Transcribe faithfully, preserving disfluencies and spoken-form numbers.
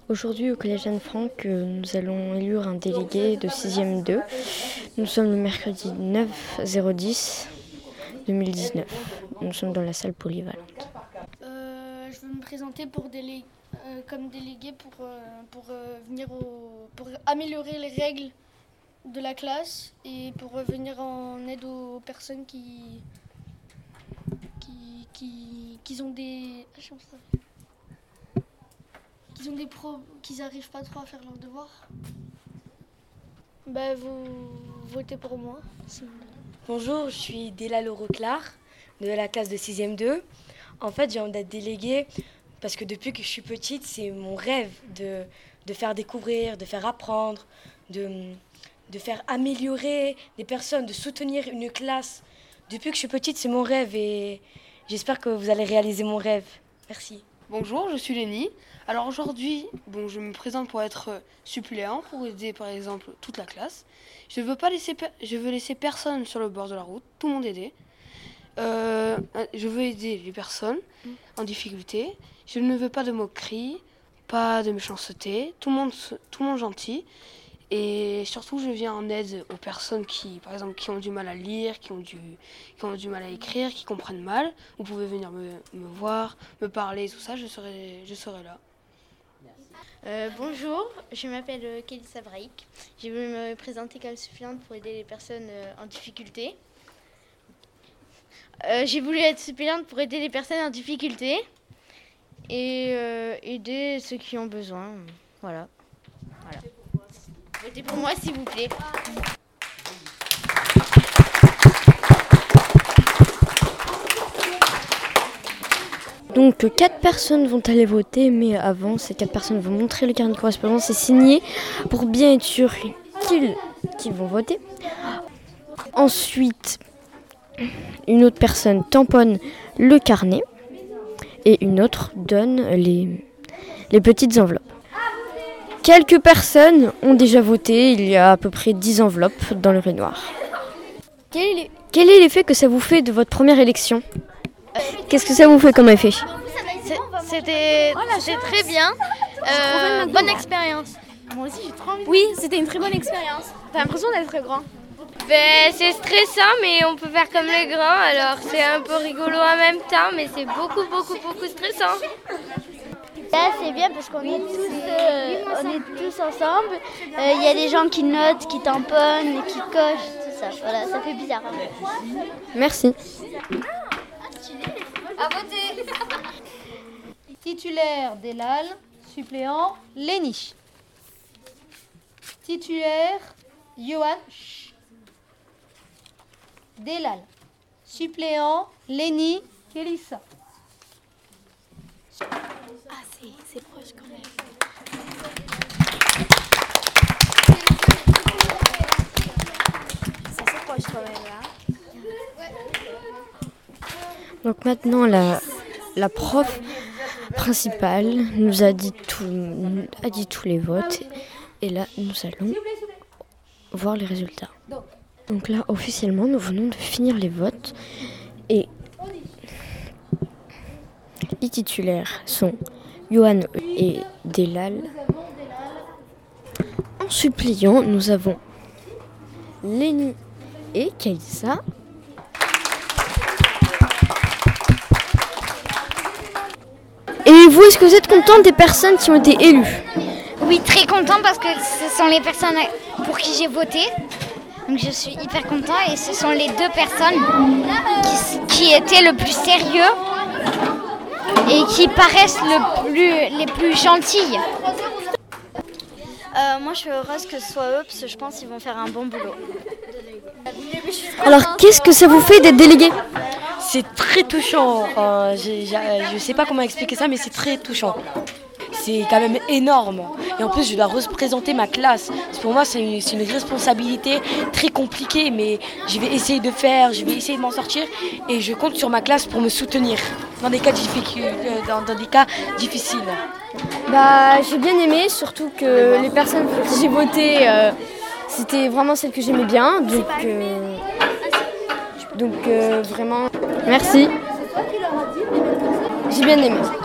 Aujourd'hui, au Collège Anne-Franck, euh, nous allons élire un délégué de sixième deux. Nous sommes le mercredi neuf zéro dix deux mille dix-neuf. Nous sommes dans la salle polyvalente. Euh, je veux me présenter pour délé- euh, comme délégué pour, euh, pour, euh, venir au- pour améliorer les règles de la classe et pour euh, venir en aide aux personnes qui, qui, qui, qui ont des... Ah, je sais pas ça. Qu'ils ont des pro, qu'ils n'arrivent pas trop à faire leurs devoirs. Bah, vous votez pour moi. Bonjour, je suis Della Lauroclar de la classe de sixième deux. En fait, j'ai envie d'être déléguée parce que depuis que je suis petite, c'est mon rêve de, de faire découvrir, de faire apprendre, de, de faire améliorer des personnes, de soutenir une classe. Depuis que je suis petite, c'est mon rêve et j'espère que vous allez réaliser mon rêve. Merci. Bonjour, je suis Lénie. Alors aujourd'hui, bon, je me présente pour être suppléant, pour aider par exemple toute la classe. Je veux pas laisser, je veux laisser personne sur le bord de la route, tout le monde aider. Euh, je veux aider les personnes en difficulté. Je ne veux pas de moquerie, pas de méchanceté, tout le monde, tout le monde gentil. Et surtout, je viens en aide aux personnes qui, par exemple, qui ont du mal à lire, qui ont du, qui ont du mal à écrire, qui comprennent mal. Vous pouvez venir me, me voir, me parler, tout ça, je serai, je serai là. Euh, bonjour, je m'appelle euh, Kelly Sabraïk. Je vais me présenter comme suppléante pour aider les personnes euh, en difficulté. Euh, j'ai voulu être suppléante pour aider les personnes en difficulté et euh, aider ceux qui ont besoin. Voilà. voilà. Votez pour moi, s'il vous plaît. Donc quatre personnes vont aller voter, mais avant, ces quatre personnes vont montrer le carnet de correspondance et signer pour bien être sûr qu'ils, qu'ils vont voter. Ensuite, une autre personne tamponne le carnet et une autre donne les, les petites enveloppes. Quelques personnes ont déjà voté, il y a à peu près dix enveloppes dans le noir. Quel est, quel est l'effet que ça vous fait de votre première élection ? Qu'est-ce que ça vous fait comme effet ? C'était, c'était très bien. Euh, bonne expérience. Moi aussi, j'ai trop envie. Oui, c'était une très bonne expérience. T'as l'impression d'être grand. Ben, c'est stressant, mais on peut faire comme les grands. Alors, c'est un peu rigolo en même temps, mais c'est beaucoup, beaucoup, beaucoup stressant. Là, c'est bien parce qu'on est tous, euh, on est tous ensemble. Il euh, y a des gens qui notent, qui tamponnent, qui cochent, tout ça. Voilà, ça fait bizarre. Merci. À voter. Titulaire Delal, suppléant Lénie. Titulaire Johan Delal, suppléant Lénie Kélissa. Ah, c'est, c'est proche quand même. C'est assez proche quand même là. Donc maintenant, la, la prof principale nous a dit, tout, a dit tous les votes. Et là, nous allons voir les résultats. Donc là, officiellement, nous venons de finir les votes. Et les titulaires sont Johan et Delal. En suppléant, nous avons Lénie et Kaïsa. Et vous, est-ce que vous êtes contente des personnes qui ont été élues ? Oui, très content parce que ce sont les personnes pour qui j'ai voté. Donc je suis hyper content et ce sont les deux personnes qui, qui étaient le plus sérieux et qui paraissent le plus, les plus gentilles. Euh, moi, je suis heureuse que ce soit eux parce que je pense qu'ils vont faire un bon boulot. Alors, qu'est-ce que ça vous fait d'être délégué ? C'est très touchant. Enfin, j'ai, j'ai, je ne sais pas comment expliquer ça, mais c'est très touchant. C'est quand même énorme. Et en plus, je dois représenter ma classe. Pour moi, c'est une, c'est une responsabilité très compliquée, mais je vais essayer de faire, je vais essayer de m'en sortir. Et je compte sur ma classe pour me soutenir dans des cas, difficile, dans, dans des cas difficiles. Bah, j'ai bien aimé, surtout que les personnes pour qui j'ai voté, euh, c'était vraiment celles que j'aimais bien. Donc, euh, donc euh, vraiment, merci. J'ai bien aimé.